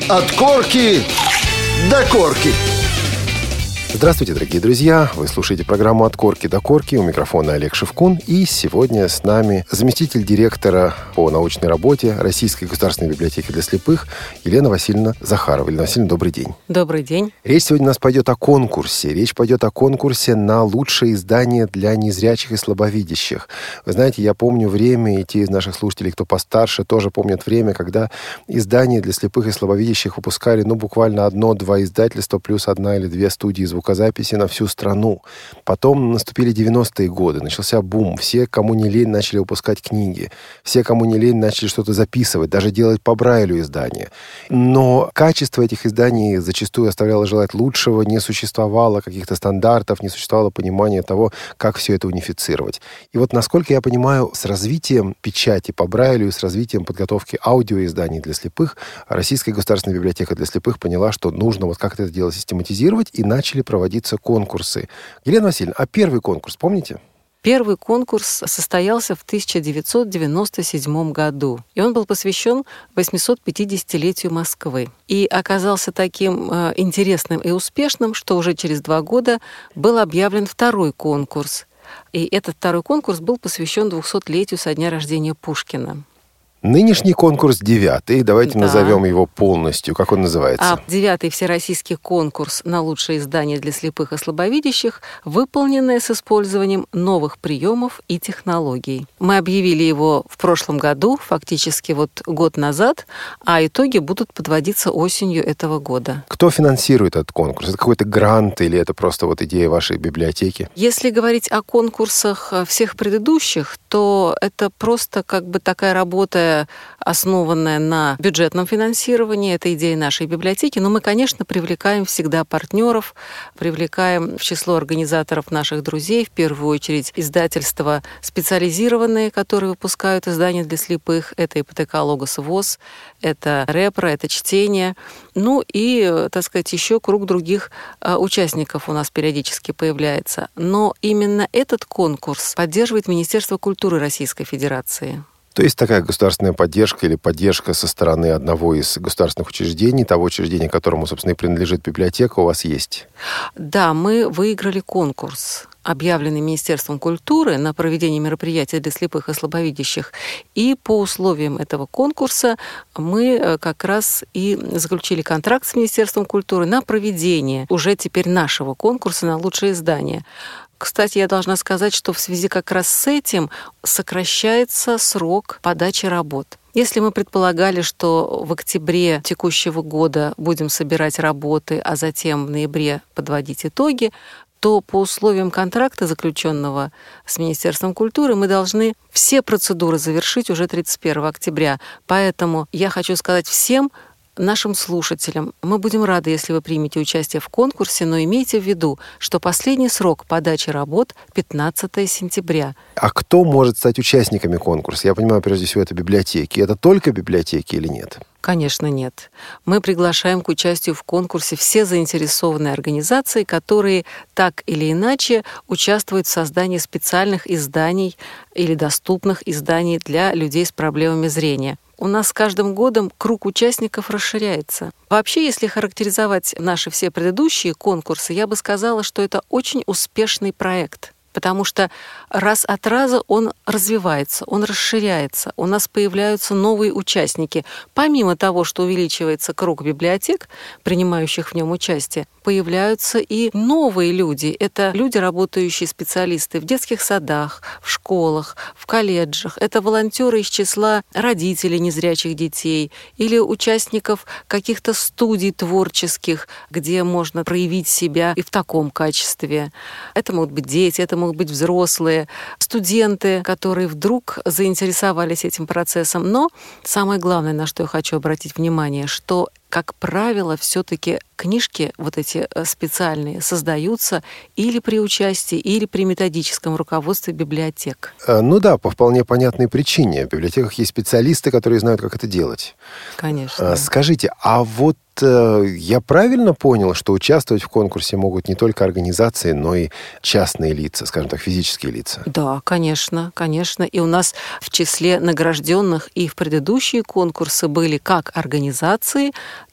От корки до корки. Здравствуйте, дорогие друзья! Вы слушаете программу «От корки до корки». У микрофона Олег Шевкун. И сегодня с нами заместитель директора по научной работе Российской государственной библиотеки для слепых Елена Васильевна Захарова. Елена Васильевна, добрый день. Добрый день. Речь сегодня у нас пойдет о конкурсе. Речь пойдет о конкурсе на лучшее издание для незрячих и слабовидящих. Вы знаете, я помню время, и те из наших слушателей, кто постарше, тоже помнят время, когда издания для слепых и слабовидящих выпускали, буквально одно-два издательства, плюс одна или две студии звукозаписи на всю страну. Потом наступили 90-е годы, начался бум. Все, кому не лень, начали выпускать книги. Все, кому не лень, начали что-то записывать, даже делать по Брайлю издания. Но качество этих изданий зачастую оставляло желать лучшего, не существовало каких-то стандартов, не существовало понимания того, как все это унифицировать. И вот, насколько я понимаю, с развитием печати по Брайлю и с развитием подготовки аудиоизданий для слепых, Российская государственная библиотека для слепых поняла, что нужно как-то это дело систематизировать, и начали проводиться конкурсы. Елена Васильевна, а первый конкурс, помните? Первый конкурс состоялся в 1997 году, и он был посвящен 850-летию Москвы. И оказался таким интересным и успешным, что уже через 2 года был объявлен второй конкурс. И этот второй конкурс был посвящен 200-летию со дня рождения Пушкина. Нынешний конкурс 9-й. Давайте назовем его полностью. Как он называется? 9-й всероссийский конкурс на лучшее издание для слепых и слабовидящих, выполненное с использованием новых приемов и технологий. Мы объявили его в прошлом году, фактически год назад, а итоги будут подводиться осенью этого года. Кто финансирует этот конкурс? Это какой-то грант или это просто идея вашей библиотеки? Если говорить о конкурсах всех предыдущих, то это просто такая работа, основанная на бюджетном финансировании. Это идея нашей библиотеки. Но мы, конечно, привлекаем всегда партнеров, привлекаем в число организаторов наших друзей, в первую очередь издательства специализированные, которые выпускают издания для слепых. Это ИПТК «Логос ВОС», это «Репро», это «Чтение». И, еще круг других участников у нас периодически появляется. Но именно этот конкурс поддерживает Министерство культуры Российской Федерации. То есть такая государственная поддержка или поддержка со стороны одного из государственных учреждений, того учреждения, которому, собственно, и принадлежит библиотека, у вас есть? Да, мы выиграли конкурс, объявленный Министерством культуры на проведение мероприятий для слепых и слабовидящих. И по условиям этого конкурса мы как раз и заключили контракт с Министерством культуры на проведение уже теперь нашего конкурса на лучшее издание. Кстати, я должна сказать, что в связи как раз с этим сокращается срок подачи работ. Если мы предполагали, что в октябре текущего года будем собирать работы, а затем в ноябре подводить итоги, то по условиям контракта, заключенного с Министерством культуры, мы должны все процедуры завершить уже 31 октября. Поэтому я хочу сказать всем нашим слушателям: мы будем рады, если вы примете участие в конкурсе, но имейте в виду, что последний срок подачи работ — 15 сентября. А кто может стать участниками конкурса? Я понимаю, прежде всего, это библиотеки. Это только библиотеки или нет? Конечно, нет. Мы приглашаем к участию в конкурсе все заинтересованные организации, которые так или иначе участвуют в создании специальных изданий или доступных изданий для людей с проблемами зрения. У нас с каждым годом круг участников расширяется. Вообще, если характеризовать наши все предыдущие конкурсы, я бы сказала, что это очень успешный проект. Потому что раз от раза он развивается, он расширяется, у нас появляются новые участники. Помимо того, что увеличивается круг библиотек, принимающих в нем участие, появляются и новые люди. Это люди, работающие специалисты в детских садах, в школах, в колледжах. Это волонтеры из числа родителей незрячих детей или участников каких-то студий творческих, где можно проявить себя и в таком качестве. Это могут быть дети, это могут быть взрослые, студенты, которые вдруг заинтересовались этим процессом. Но самое главное, на что я хочу обратить внимание, что, как правило, все-таки книжки вот эти специальные создаются или при участии, или при методическом руководстве библиотек. Ну да, по вполне понятной причине. В библиотеках есть специалисты, которые знают, как это делать. Конечно. Скажите, а вот я правильно понял, что участвовать в конкурсе могут не только организации, но и частные лица, скажем так, физические лица? Да, конечно, конечно. И у нас в числе награжденных и в предыдущие конкурсы были как организации,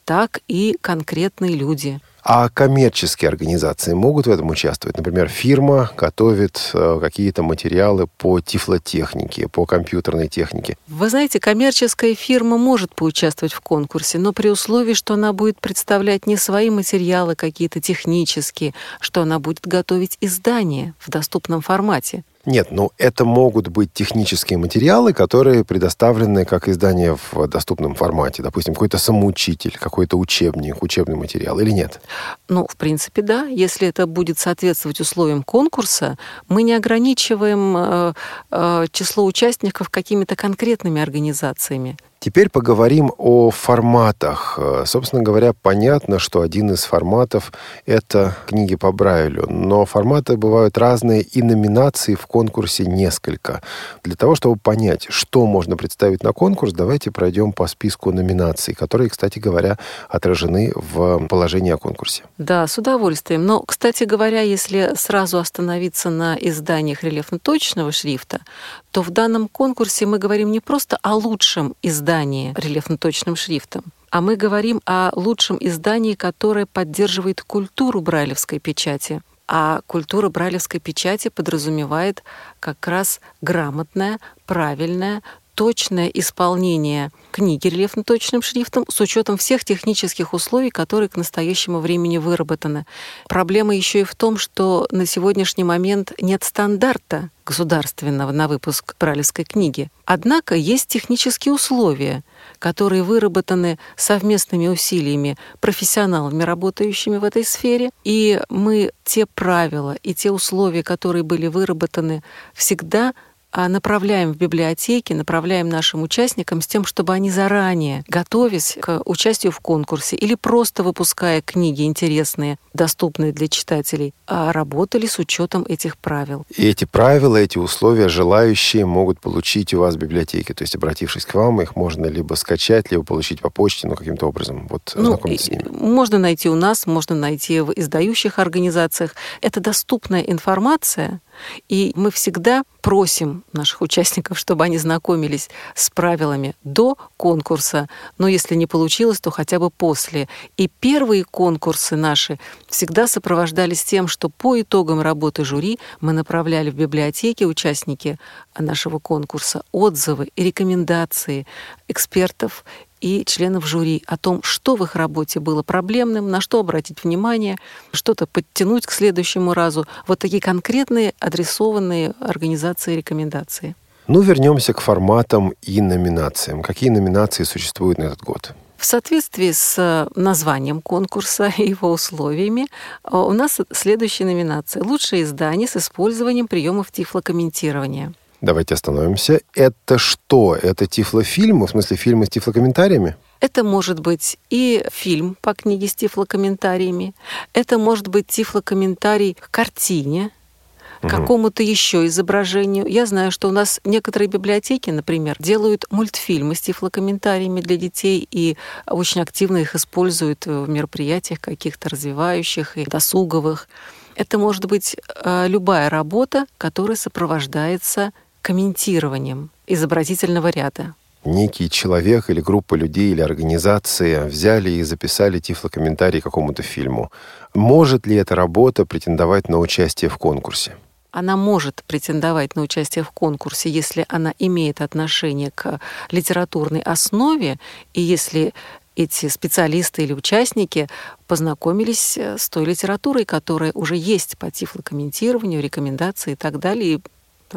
так и конкретные люди. А коммерческие организации могут в этом участвовать? Например, фирма готовит какие-то материалы по тифлотехнике, по компьютерной технике. Вы знаете, коммерческая фирма может поучаствовать в конкурсе, но при условии, что она будет представлять не свои материалы какие-то технические, что она будет готовить издание в доступном формате. Нет, это могут быть технические материалы, которые предоставлены как издание в доступном формате. Допустим, какой-то самоучитель, какой-то учебник, учебный материал или нет? В принципе, да. Если это будет соответствовать условиям конкурса, мы не ограничиваем число участников какими-то конкретными организациями. Теперь поговорим о форматах. Собственно говоря, понятно, что один из форматов – это книги по Брайлю. Но форматы бывают разные, и номинаций в конкурсе несколько. Для того, чтобы понять, что можно представить на конкурс, давайте пройдем по списку номинаций, которые, кстати говоря, отражены в положении о конкурсе. Да, с удовольствием. Но, кстати говоря, если сразу остановиться на изданиях рельефно-точного шрифта, то в данном конкурсе мы говорим не просто о лучшем издании рельефно-точным шрифтом, а мы говорим о лучшем издании, которое поддерживает культуру брайлевской печати. А культура брайлевской печати подразумевает как раз грамотное, правильное, точное исполнение книги рельефно-точным шрифтом с учетом всех технических условий, которые к настоящему времени выработаны. Проблема еще и в том, что на сегодняшний момент нет стандарта государственного на выпуск брайлевской книги. Однако есть технические условия, которые выработаны совместными усилиями профессионалами, работающими в этой сфере. И мы те правила и те условия, которые были выработаны, всегда направляем в библиотеки, направляем нашим участникам с тем, чтобы они заранее, готовясь к участию в конкурсе или просто выпуская книги интересные, доступные для читателей, работали с учетом этих правил. И эти правила, эти условия желающие могут получить у вас в библиотеке. То есть, обратившись к вам, их можно либо скачать, либо получить по почте, каким-то образом. Ознакомиться с ними. Можно найти у нас, можно найти в издающих организациях. Это доступная информация, и мы всегда просим наших участников, чтобы они знакомились с правилами до конкурса, но если не получилось, то хотя бы после. И первые конкурсы наши всегда сопровождались тем, что по итогам работы жюри мы направляли в библиотеки участники нашего конкурса отзывы и рекомендации экспертов и членов жюри о том, что в их работе было проблемным, на что обратить внимание, что-то подтянуть к следующему разу. Вот такие конкретные, адресованные организации рекомендации. Вернемся к форматам и номинациям. Какие номинации существуют на этот год? В соответствии с названием конкурса и его условиями у нас следующие номинации. Лучшее издание с использованием приемов тифлокомментирования. Давайте остановимся. Это что? Это тифлофильмы? В смысле, фильмы с тифлокомментариями? Это может быть и фильм по книге с тифлокомментариями. Это может быть тифлокомментарий к картине, к какому-то еще изображению. Я знаю, что у нас некоторые библиотеки, например, делают мультфильмы с тифлокомментариями для детей и очень активно их используют в мероприятиях каких-то развивающих и досуговых. Это может быть любая работа, которая сопровождается комментированием изобразительного ряда. Некий человек или группа людей или организация взяли и записали тифлокомментарий к какому-то фильму. Может ли эта работа претендовать на участие в конкурсе? Она может претендовать на участие в конкурсе, если она имеет отношение к литературной основе, и если эти специалисты или участники познакомились с той литературой, которая уже есть по тифлокомментированию, рекомендации и так далее, и,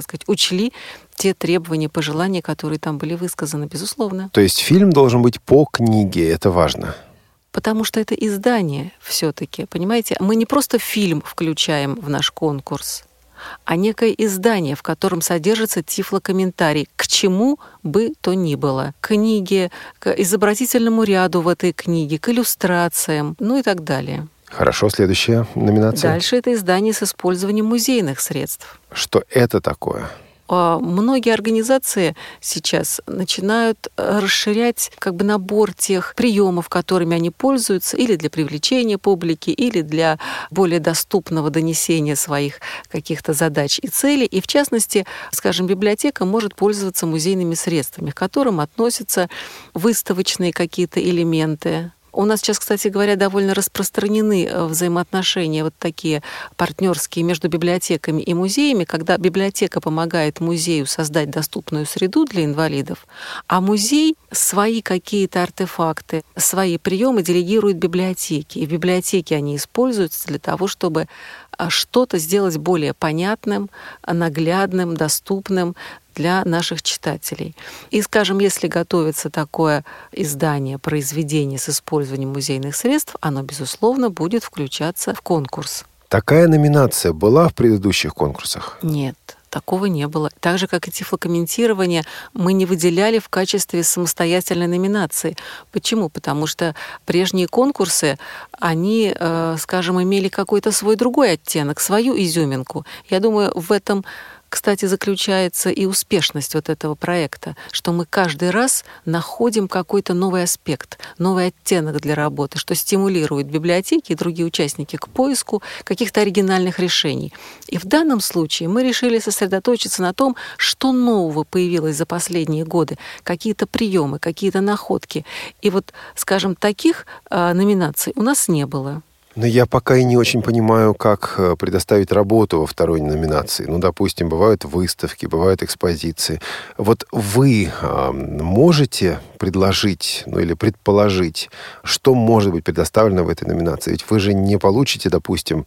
учли те требования, пожелания, которые там были высказаны, безусловно. То есть фильм должен быть по книге, это важно? Потому что это издание все-таки, понимаете? Мы не просто фильм включаем в наш конкурс, а некое издание, в котором содержится тифлокомментарий, к чему бы то ни было. К книге, к изобразительному ряду в этой книге, к иллюстрациям, и так далее. Хорошо, следующая номинация. Дальше это издание с использованием музейных средств. Что это такое? Многие организации сейчас начинают расширять набор тех приемов, которыми они пользуются, или для привлечения публики, или для более доступного донесения своих каких-то задач и целей. И в частности, библиотека может пользоваться музейными средствами, к которым относятся выставочные какие-то элементы, У нас сейчас, кстати говоря, довольно распространены взаимоотношения вот такие партнерские между библиотеками и музеями, когда библиотека помогает музею создать доступную среду для инвалидов, а музей свои какие-то артефакты, свои приемы делегирует библиотеке. И в библиотеке они используются для того, чтобы что-то сделать более понятным, наглядным, доступным для наших читателей. И, скажем, если готовится такое издание, произведение с использованием музейных средств, оно, безусловно, будет включаться в конкурс. Такая номинация была в предыдущих конкурсах? Нет. Такого не было. Так же, как и тифлокомментирование, мы не выделяли в качестве самостоятельной номинации. Почему? Потому что прежние конкурсы, они, скажем, имели какой-то свой другой оттенок, свою изюминку. Я думаю, в этом, кстати, заключается и успешность вот этого проекта, что мы каждый раз находим какой-то новый аспект, новый оттенок для работы, что стимулирует библиотеки и другие участники к поиску каких-то оригинальных решений. И в данном случае мы решили сосредоточиться на том, что нового появилось за последние годы, какие-то приемы, какие-то находки. И вот, скажем, таких номинаций у нас не было. Но я пока и не очень понимаю, как предоставить работу во второй номинации. Допустим, бывают выставки, бывают экспозиции. Вот вы можете предложить, или предположить, что может быть предоставлено в этой номинации? Ведь вы же не получите, допустим,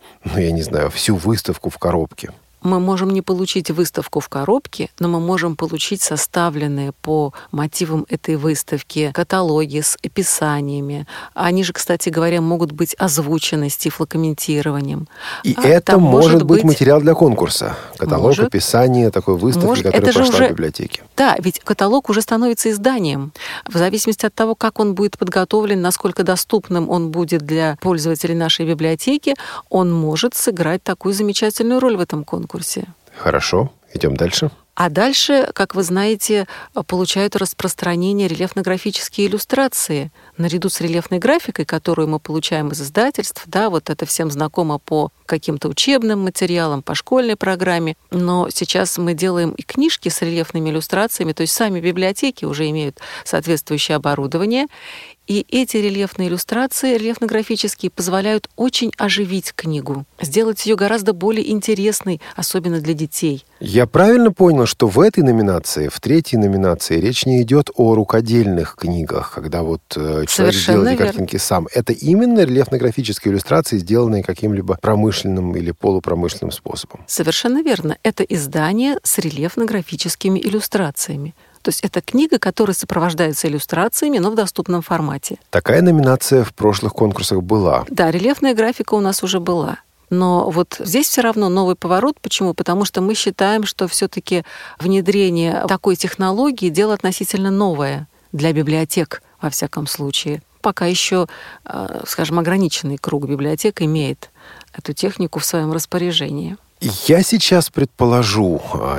всю выставку в коробке. Мы можем не получить выставку в коробке, но мы можем получить составленные по мотивам этой выставки каталоги с описаниями. Они же, кстати говоря, могут быть озвучены с тифлокомментированием. И это может быть материал для конкурса. Каталог, описание такой выставки, которая прошла в библиотеке. Да, ведь каталог уже становится изданием. В зависимости от того, как он будет подготовлен, насколько доступным он будет для пользователей нашей библиотеки, он может сыграть такую замечательную роль в этом конкурсе. Хорошо, идем дальше. А дальше, как вы знаете, получают распространение рельефно-графические иллюстрации. Наряду с рельефной графикой, которую мы получаем из издательств, вот это всем знакомо по каким-то учебным материалам, по школьной программе. Но сейчас мы делаем и книжки с рельефными иллюстрациями, то есть сами библиотеки уже имеют соответствующее оборудование. И эти рельефные иллюстрации, рельефно-графические, позволяют очень оживить книгу, сделать ее гораздо более интересной, особенно для детей. Я правильно понял, что в этой номинации, в третьей номинации, речь не идет о рукодельных книгах, когда человек делает картинки сам. Это именно рельефно-графические иллюстрации, сделанные каким-либо промышленным или полупромышленным способом. Совершенно верно. Это издание с рельефно-графическими иллюстрациями. То есть это книга, которая сопровождается иллюстрациями, но в доступном формате. Такая номинация в прошлых конкурсах была. Да, рельефная графика у нас уже была. Но вот здесь все равно новый поворот. Почему? Потому что мы считаем, что все-таки внедрение такой технологии – дело относительно новое для библиотек, во всяком случае. Пока еще, скажем, ограниченный круг библиотек имеет эту технику в своем распоряжении. Я сейчас предположу,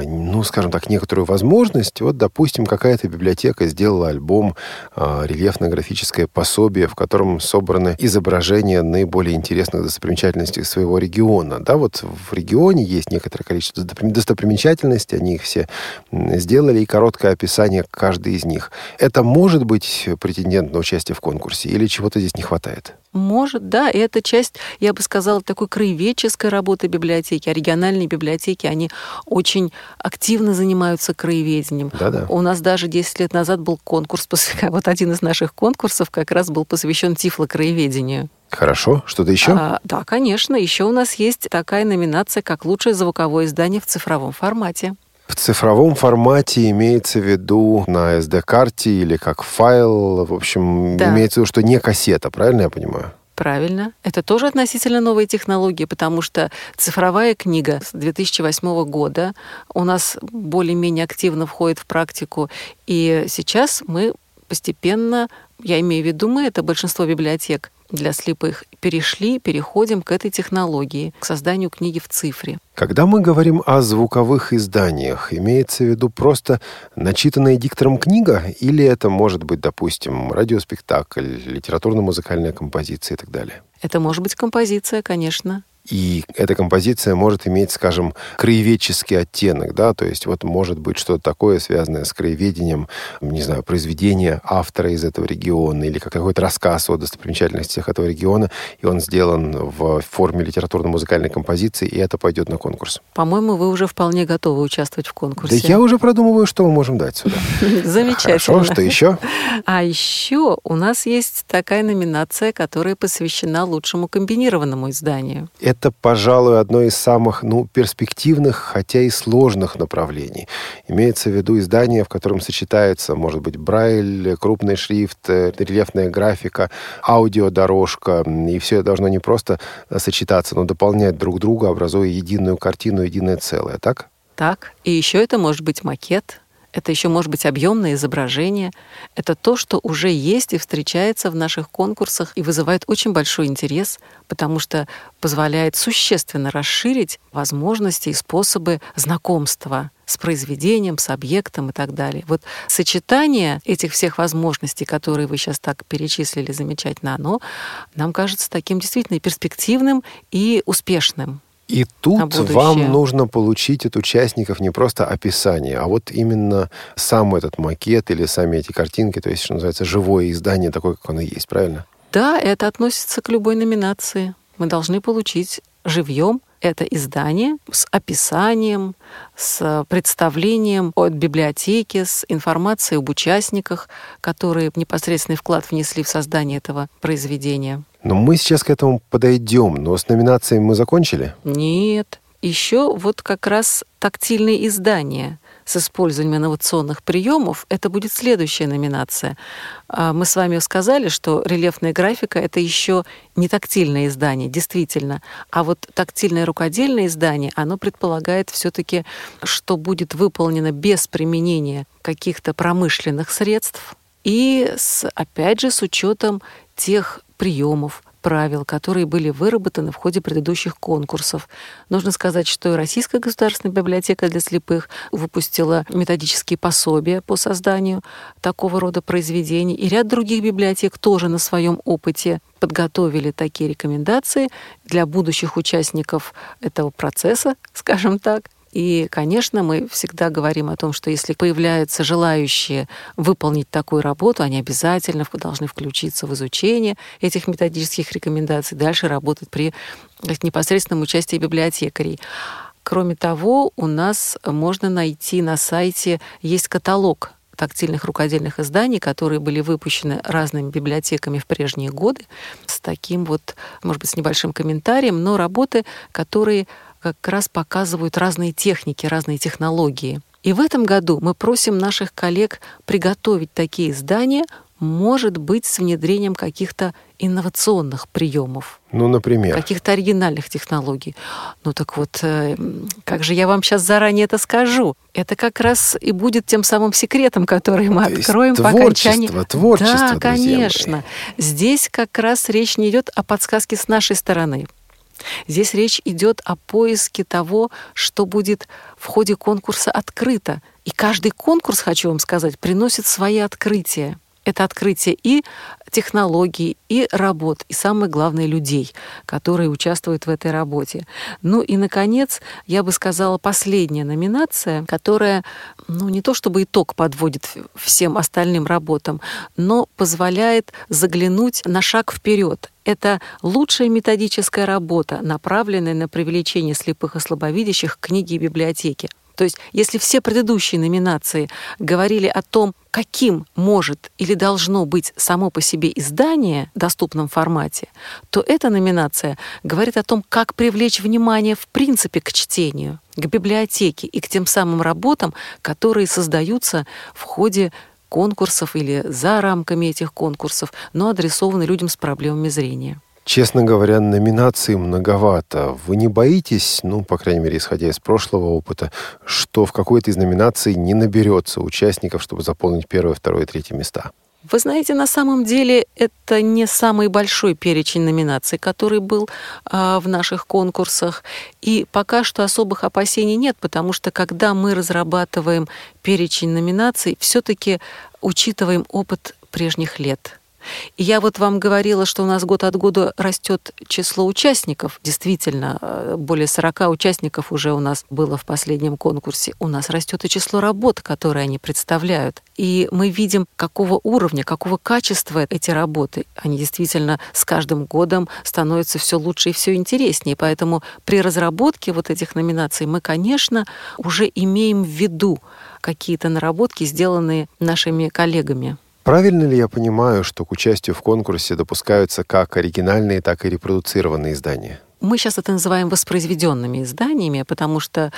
некоторую возможность. Допустим, какая-то библиотека сделала альбом рельефно-графическое пособие, в котором собраны изображения наиболее интересных достопримечательностей своего региона. В регионе есть некоторое количество достопримечательностей, они их все сделали, и короткое описание каждой из них. Это может быть претендент на участие в конкурсе или чего-то здесь не хватает? Может, да. И это часть, я бы сказала, такой краеведческой работы библиотеки. А региональные библиотеки, они очень активно занимаются краеведением. Да-да. У нас даже 10 лет назад был конкурс, один из наших конкурсов как раз был посвящен тифлокраеведению. Хорошо. Что-то еще? Да, конечно. Еще у нас есть такая номинация, как «Лучшее звуковое издание в цифровом формате». В цифровом формате имеется в виду на SD-карте или как файл. В общем, да. Имеется в виду, что не кассета. Правильно я понимаю? Правильно. Это тоже относительно новые технологии, потому что цифровая книга с 2008 года у нас более-менее активно входит в практику. И сейчас мы постепенно, я имею в виду это большинство библиотек для слепых, переходим к этой технологии, к созданию книги в цифре. Когда мы говорим о звуковых изданиях, имеется в виду просто начитанная диктором книга, или это может быть, допустим, радиоспектакль, литературно-музыкальная композиция и так далее? Это может быть композиция, конечно. И эта композиция может иметь, скажем, краеведческий оттенок, да, то есть вот может быть что-то такое, связанное с краеведением, не знаю, произведение автора из этого региона или какой-то рассказ о достопримечательностях этого региона, и он сделан в форме литературно-музыкальной композиции, и это пойдет на конкурс. По-моему, вы уже вполне готовы участвовать в конкурсе. Да я уже продумываю, что мы можем дать сюда. Замечательно. Хорошо, что еще? А еще у нас есть такая номинация, которая посвящена лучшему комбинированному изданию. Это, пожалуй, одно из самых, перспективных, хотя и сложных направлений. Имеется в виду издание, в котором сочетается, может быть, брайль, крупный шрифт, рельефная графика, аудиодорожка. И все это должно не просто сочетаться, но дополнять друг друга, образуя единую картину, единое целое, так? Так. И еще это может быть макет. Это еще может быть объемное изображение. Это то, что уже есть и встречается в наших конкурсах и вызывает очень большой интерес, потому что позволяет существенно расширить возможности и способы знакомства с произведением, с объектом и так далее. Вот сочетание этих всех возможностей, которые вы сейчас так перечислили замечательно, оно нам кажется таким действительно перспективным и успешным. И тут вам нужно получить от участников не просто описание, а вот именно сам этот макет или сами эти картинки, то есть, что называется, живое издание, такое, как оно есть, правильно? Да, это относится к любой номинации. Мы должны получить живьем это издание с описанием, с представлением от библиотеки, с информацией об участниках, которые непосредственный вклад внесли в создание этого произведения. Но мы сейчас к этому подойдем, но с номинацией мы закончили? Нет. Еще вот как раз тактильные издания с использованием инновационных приемов, это будет следующая номинация. Мы с вами сказали, что рельефная графика — это еще не тактильное издание, действительно. А вот тактильное рукодельное издание, оно предполагает все-таки, что будет выполнено без применения каких-то промышленных средств и, опять же, с учетом тех приемов, правил, которые были выработаны в ходе предыдущих конкурсов. Нужно сказать, что и Российская государственная библиотека для слепых выпустила методические пособия по созданию такого рода произведений, и ряд других библиотек тоже на своем опыте подготовили такие рекомендации для будущих участников этого процесса, скажем так. И, конечно, мы всегда говорим о том, что если появляются желающие выполнить такую работу, они обязательно должны включиться в изучение этих методических рекомендаций, дальше работать при непосредственном участии библиотекарей. Кроме того, у нас можно найти на сайте, есть каталог тактильных рукодельных изданий, которые были выпущены разными библиотеками в прежние годы, с таким вот, может быть, с небольшим комментарием, но работы, которые как раз показывают разные техники, разные технологии. И в этом году мы просим наших коллег приготовить такие издания, может быть, с внедрением каких-то инновационных приемов. Например? Каких-то оригинальных технологий. Так вот, как же я вам сейчас заранее это скажу? Это как раз и будет тем самым секретом, который мы откроем по окончании. Творчество, да, конечно. Здесь как раз речь не идет о подсказке с нашей стороны. Здесь речь идет о поиске того, что будет в ходе конкурса открыто. И каждый конкурс, хочу вам сказать, приносит свои открытия. Это открытие и технологий, и работ, и самое главное, людей, которые участвуют в этой работе. И, наконец, я бы сказала, последняя номинация, которая, не то чтобы итог подводит всем остальным работам, но позволяет заглянуть на шаг вперед. Это лучшая методическая работа, направленная на привлечение слепых и слабовидящих к книге и библиотеке. То есть, если все предыдущие номинации говорили о том, каким может или должно быть само по себе издание в доступном формате, то эта номинация говорит о том, как привлечь внимание в принципе к чтению, к библиотеке и к тем самым работам, которые создаются в ходе конкурсов или за рамками этих конкурсов, но адресованы людям с проблемами зрения. Честно говоря, номинаций многовато. Вы не боитесь, по крайней мере, исходя из прошлого опыта, что в какой-то из номинаций не наберется участников, чтобы заполнить 1, 2, 3 места? Вы знаете, на самом деле это не самый большой перечень номинаций, который был в наших конкурсах. И пока что особых опасений нет, потому что когда мы разрабатываем перечень номинаций, все-таки учитываем опыт прежних лет. И я вот вам говорила, что у нас год от года растет число участников. Действительно, более 40 участников уже у нас было в последнем конкурсе. У нас растет и число работ, которые они представляют. И мы видим, какого уровня, какого качества эти работы. Они действительно с каждым годом становятся все лучше и все интереснее. Поэтому при разработке вот этих номинаций мы, конечно, уже имеем в виду какие-то наработки, сделанные нашими коллегами. Правильно ли я понимаю, что к участию в конкурсе допускаются как оригинальные, так и репродуцированные издания? Мы сейчас это называем воспроизведенными изданиями, потому что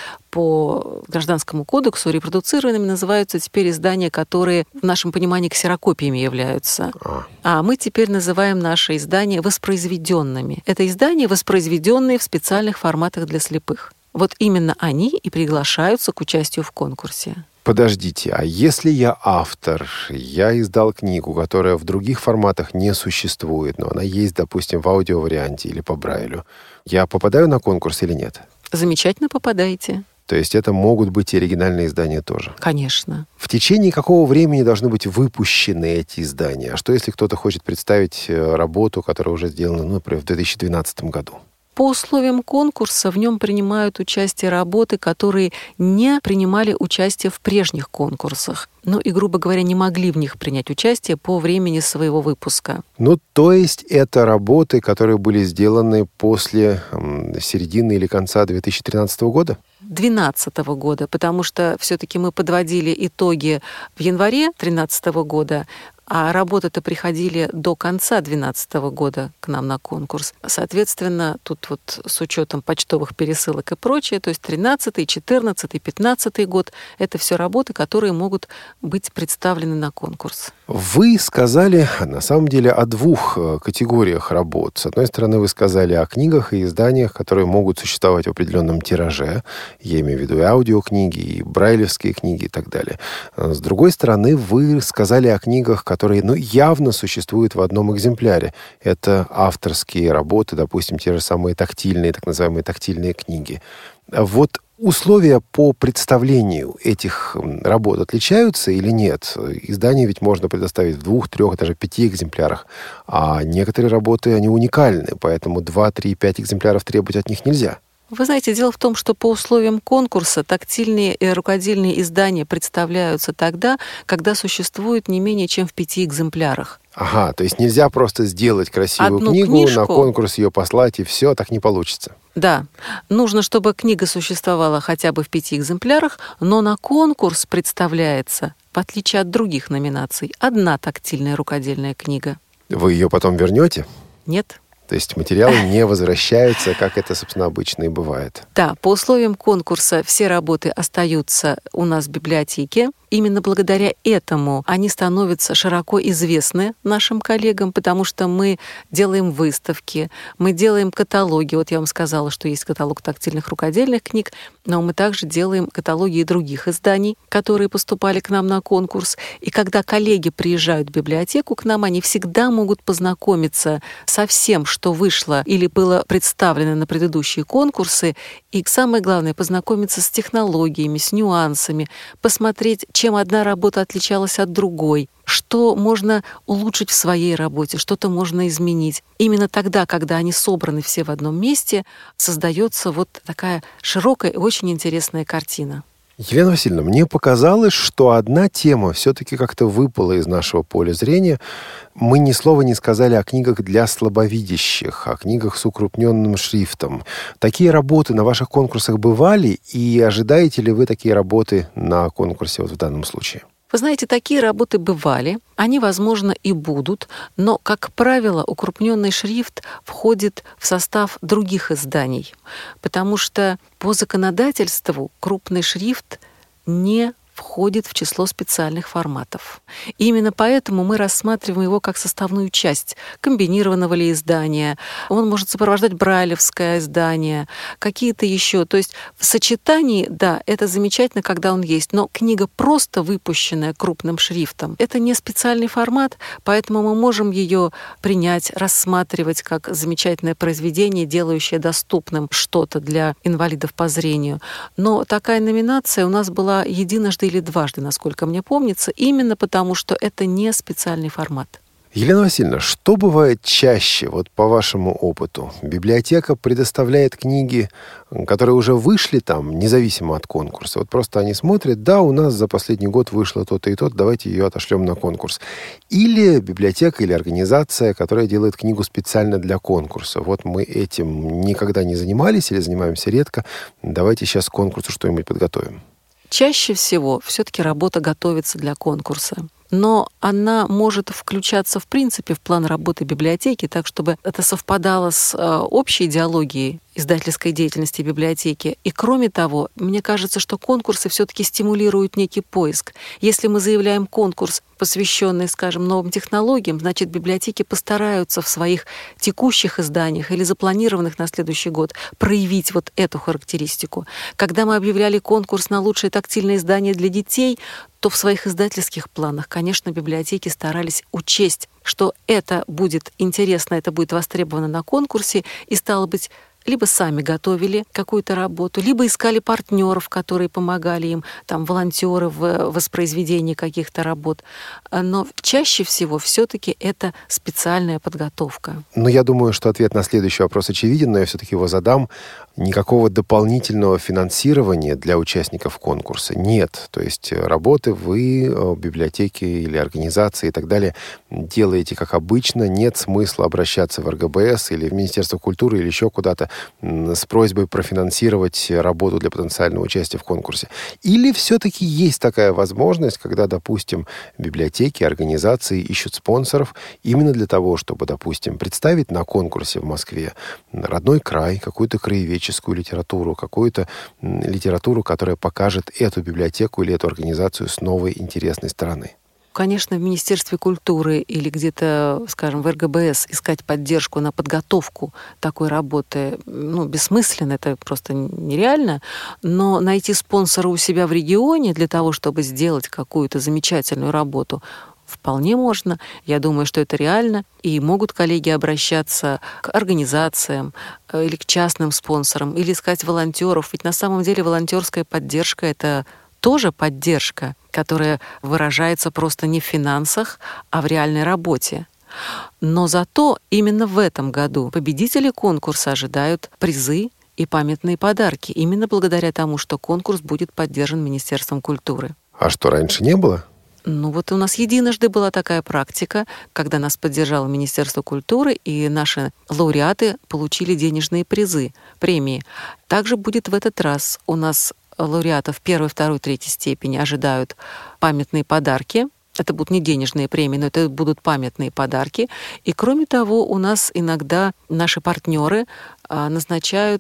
по Гражданскому кодексу репродуцированными называются теперь издания, которые в нашем понимании ксерокопиями являются. А мы теперь называем наши издания воспроизведенными. Это издания, воспроизведенные в специальных форматах для слепых. Вот именно они и приглашаются к участию в конкурсе. Подождите, а если я автор, я издал книгу, которая в других форматах не существует, но она есть, допустим, в аудиоварианте или по Брайлю, я попадаю на конкурс или нет? Замечательно попадаете. То есть это могут быть и оригинальные издания тоже? Конечно. В течение какого времени должны быть выпущены эти издания? А что, если кто-то хочет представить работу, которая уже сделана, например, в 2012 году? По условиям конкурса в нем принимают участие работы, которые не принимали участие в прежних конкурсах. Ну и, грубо говоря, не могли в них принять участие по времени своего выпуска. Ну, то есть это работы, которые были сделаны после середины или конца 2013 года? 2012 года, потому что все-таки мы подводили итоги в январе 2013 года, а работы-то приходили до конца 2012 года к нам на конкурс. Соответственно, тут вот с учетом почтовых пересылок и прочее, то есть 13-й, 14-й, 15-й год, это все работы, которые могут быть представлены на конкурс. Вы сказали, на самом деле, о двух категориях работ. С одной стороны, вы сказали о книгах и изданиях, которые могут существовать в определенном тираже. Я имею в виду и аудиокниги, и брайлевские книги и так далее. С другой стороны, вы сказали о книгах, которые явно существуют в одном экземпляре. Это авторские работы, допустим, те же самые тактильные, так называемые тактильные книги. Вот условия по представлению этих работ отличаются или нет? Издания ведь можно предоставить в 2, 3, даже 5 экземплярах. А некоторые работы, они уникальны, поэтому 2, 3, 5 экземпляров требовать от них нельзя. Вы знаете, дело в том, что по условиям конкурса тактильные и рукодельные издания представляются тогда, когда существуют не менее чем в 5 экземплярах. Ага, то есть нельзя просто сделать красивую книгу, на конкурс ее послать, и все, так не получится. Да, нужно, чтобы книга существовала хотя бы в 5 экземплярах, но на конкурс представляется, в отличие от других номинаций, одна тактильная рукодельная книга. Вы ее потом вернете? Нет. То есть материалы не возвращаются, как это, собственно, обычно и бывает. Да, по условиям конкурса все работы остаются у нас в библиотеке. Именно благодаря этому они становятся широко известны нашим коллегам, потому что мы делаем выставки, мы делаем каталоги. Вот я вам сказала, что есть каталог тактильных рукодельных книг, но мы также делаем каталоги и других изданий, которые поступали к нам на конкурс. И когда коллеги приезжают в библиотеку к нам, они всегда могут познакомиться со всем, что вышло или было представлено на предыдущие конкурсы, и самое главное, познакомиться с технологиями, с нюансами, посмотреть, чем одна работа отличалась от другой, что можно улучшить в своей работе, что-то можно изменить. Именно тогда, когда они собраны все в одном месте, создается вот такая широкая и очень интересная картина. Елена Васильевна, мне показалось, что одна тема все-таки как-то выпала из нашего поля зрения. Мы ни слова не сказали о книгах для слабовидящих, о книгах с укрупненным шрифтом. Такие работы на ваших конкурсах бывали, и ожидаете ли вы такие работы на конкурсе вот в данном случае? Вы знаете, такие работы бывали, они, возможно, и будут, но, как правило, укрупненный шрифт входит в состав других изданий, потому что по законодательству крупный шрифт не входит в число специальных форматов. И именно поэтому мы рассматриваем его как составную часть комбинированного ли издания. Он может сопровождать брайлевское издание, какие-то еще. То есть в сочетании, да, это замечательно, когда он есть, но книга, просто выпущенная крупным шрифтом, это не специальный формат, поэтому мы можем ее принять, рассматривать как замечательное произведение, делающее доступным что-то для инвалидов по зрению. Но такая номинация у нас была единожды или дважды, насколько мне помнится, именно потому, что это не специальный формат. Елена Васильевна, что бывает чаще, вот по вашему опыту? Библиотека предоставляет книги, которые уже вышли там, независимо от конкурса. Вот просто они смотрят, да, у нас за последний год вышло то-то и то-то, давайте ее отошлем на конкурс. Или библиотека, или организация, которая делает книгу специально для конкурса. Вот мы этим никогда не занимались или занимаемся редко, давайте сейчас к конкурсу что-нибудь подготовим. Чаще всего все-таки работа готовится для конкурса. Но она может включаться, в принципе, в план работы библиотеки, так, чтобы это совпадало с общей идеологией издательской деятельности библиотеки. И кроме того, мне кажется, что конкурсы все-таки стимулируют некий поиск. Если мы заявляем конкурс, посвященный, скажем, новым технологиям, значит, библиотеки постараются в своих текущих изданиях или запланированных на следующий год проявить вот эту характеристику. Когда мы объявляли конкурс на лучшее тактильное издание для детей, то в своих издательских планах, конечно, библиотеки старались учесть, что это будет интересно, это будет востребовано на конкурсе, и, стало быть, либо сами готовили какую-то работу, либо искали партнеров, которые помогали им, там, волонтеры в воспроизведении каких-то работ. Но чаще всего все-таки это специальная подготовка. Но я думаю, что ответ на следующий вопрос очевиден, но я все-таки его задам. Никакого дополнительного финансирования для участников конкурса нет. То есть работы вы, библиотеки или организации и так далее, делаете как обычно. Нет смысла обращаться в РГБС или в Министерство культуры или еще куда-то с просьбой профинансировать работу для потенциального участия в конкурсе. Или все-таки есть такая возможность, когда, допустим, библиотеки, организации ищут спонсоров именно для того, чтобы, допустим, представить на конкурсе в Москве родной край, какую-то краеведческую литературу, какую-то литературу, которая покажет эту библиотеку или эту организацию с новой интересной стороны. Конечно, в Министерстве культуры или где-то, скажем, в РГБС искать поддержку на подготовку такой работы, бессмысленно, это просто нереально. Но найти спонсора у себя в регионе для того, чтобы сделать какую-то замечательную работу, вполне можно. Я думаю, что это реально. И могут коллеги обращаться к организациям или к частным спонсорам, или искать волонтеров. Ведь на самом деле волонтерская поддержка — это тоже поддержка, которая выражается просто не в финансах, а в реальной работе. Но зато именно в этом году победители конкурса ожидают призы и памятные подарки, именно благодаря тому, что конкурс будет поддержан Министерством культуры. А что, раньше не было? Вот у нас единожды была такая практика, когда нас поддержало Министерство культуры, и наши лауреаты получили денежные призы, премии. Также будет в этот раз. У нас лауреатов 1, 2, 3 степени ожидают памятные подарки. Это будут не денежные премии, но это будут памятные подарки. И кроме того, у нас иногда наши партнеры назначают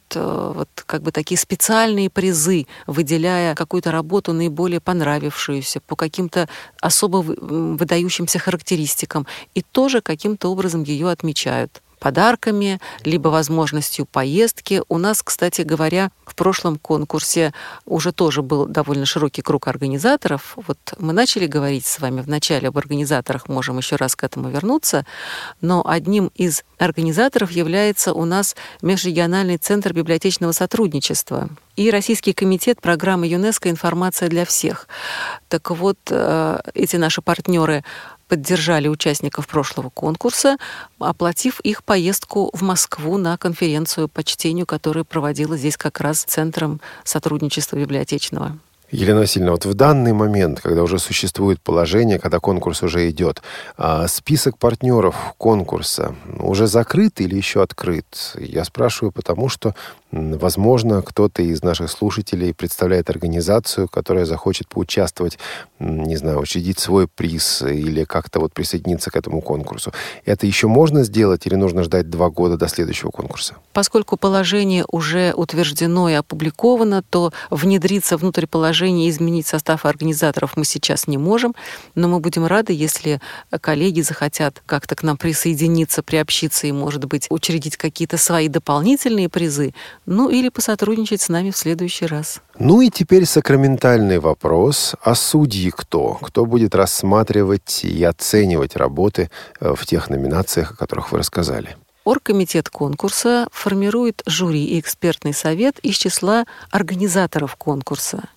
такие специальные призы, выделяя какую-то работу наиболее понравившуюся, по каким-то особо выдающимся характеристикам, и тоже каким-то образом ее отмечают подарками, либо возможностью поездки. У нас, кстати говоря, в прошлом конкурсе уже тоже был довольно широкий круг организаторов. Вот мы начали говорить с вами вначале об организаторах, можем еще раз к этому вернуться, но одним из организаторов является у нас Межрегиональный центр библиотечного сотрудничества и Российский комитет программы ЮНЕСКО «Информация для всех». Так вот, эти наши партнеры поддержали участников прошлого конкурса, оплатив их поездку в Москву на конференцию по чтению, которая проводила здесь как раз Центром сотрудничества библиотечного. Елена Васильевна, вот в данный момент, когда уже существует положение, когда конкурс уже идет, список партнеров конкурса уже закрыт или еще открыт? Я спрашиваю, потому что, возможно, кто-то из наших слушателей представляет организацию, которая захочет поучаствовать, не знаю, учредить свой приз или как-то вот присоединиться к этому конкурсу. Это еще можно сделать или нужно ждать 2 года до следующего конкурса? Поскольку положение уже утверждено и опубликовано, то внедриться внутрь положения и изменить состав организаторов мы сейчас не можем, но мы будем рады, если коллеги захотят как-то к нам присоединиться, приобщиться и, может быть, учредить какие-то свои дополнительные призы, или посотрудничать с нами в следующий раз. И теперь сакраментальный вопрос. А судьи кто? Кто будет рассматривать и оценивать работы в тех номинациях, о которых вы рассказали? Оргкомитет конкурса формирует жюри и экспертный совет из числа организаторов конкурса.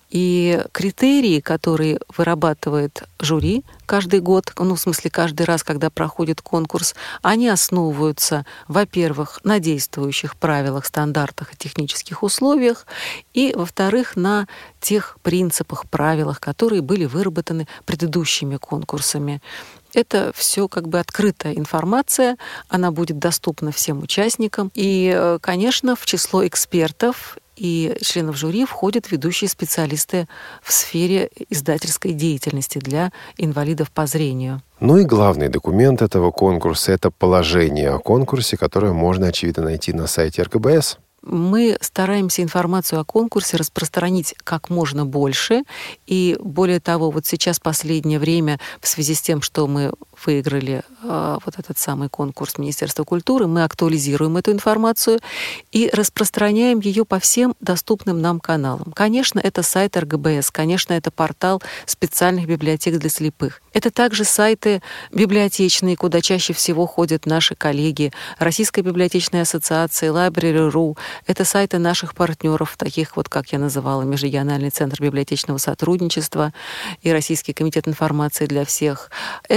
И критерии, которые вырабатывает жюри каждый год, в смысле каждый раз, когда проходит конкурс, они основываются, во-первых, на действующих правилах, стандартах и технических условиях, и, во-вторых, на тех принципах, правилах, которые были выработаны предыдущими конкурсами. Это все открытая информация, она будет доступна всем участникам. И, конечно, в число экспертов и членов жюри входят ведущие специалисты в сфере издательской деятельности для инвалидов по зрению. Ну и главный документ этого конкурса — это положение о конкурсе, которое можно, очевидно, найти на сайте РКБС. Мы стараемся информацию о конкурсе распространить как можно больше. И более того, вот сейчас последнее время, в связи с тем, что мы выиграли вот этот самый конкурс Министерства культуры, мы актуализируем эту информацию и распространяем ее по всем доступным нам каналам. Конечно, это сайт РГБС, конечно, это портал специальных библиотек для слепых. Это также сайты библиотечные, куда чаще всего ходят наши коллеги, Российская библиотечная ассоциация, Library.ru. Это сайты наших партнеров, таких как я называла, Межрегиональный центр библиотечного сотрудничества и Российский комитет информации для всех.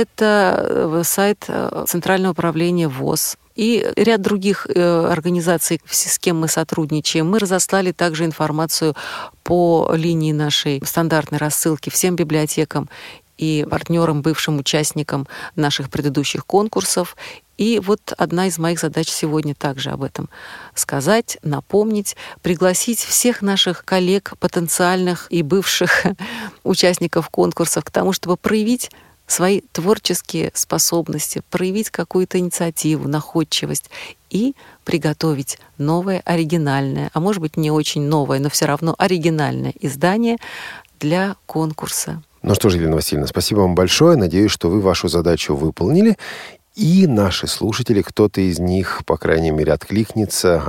Это сайт Центрального управления ВОС и ряд других организаций, с кем мы сотрудничаем. Мы разослали также информацию по линии нашей стандартной рассылки всем библиотекам и партнерам, бывшим участникам наших предыдущих конкурсов. И вот одна из моих задач сегодня также об этом сказать, напомнить, пригласить всех наших коллег, потенциальных и бывших участников конкурсов к тому, чтобы проявить свои творческие способности, проявить какую-то инициативу, находчивость и приготовить новое, оригинальное, а может быть не очень новое, но все равно оригинальное издание для конкурса. Ну что ж, Елена Васильевна, спасибо вам большое. Надеюсь, что вы вашу задачу выполнили. И наши слушатели, кто-то из них, по крайней мере, откликнутся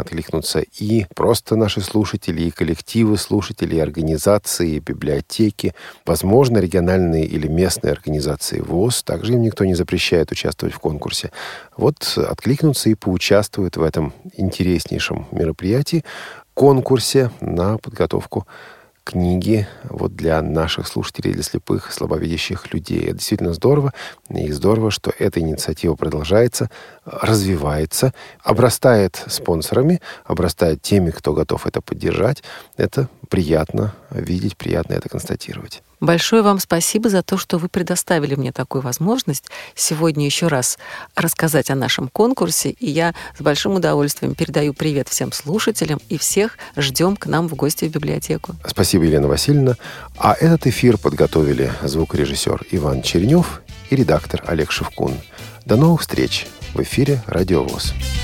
и просто наши слушатели, и коллективы слушателей, и организации, и библиотеки, возможно, региональные или местные организации ВОС, также им никто не запрещает участвовать в конкурсе. Вот откликнутся и поучаствуют в этом интереснейшем мероприятии, конкурсе на подготовку книги для наших слушателей, для слепых, слабовидящих людей. Это действительно здорово. И здорово, что эта инициатива продолжается, развивается, обрастает спонсорами, обрастает теми, кто готов это поддержать. Это приятно видеть, приятно это констатировать. Большое вам спасибо за то, что вы предоставили мне такую возможность сегодня еще раз рассказать о нашем конкурсе. И я с большим удовольствием передаю привет всем слушателям и всех ждем к нам в гости в библиотеку. Спасибо, Елена Васильевна. А этот эфир подготовили звукорежиссер Иван Чернев и редактор Олег Шевкун. До новых встреч в эфире Радио ВОС.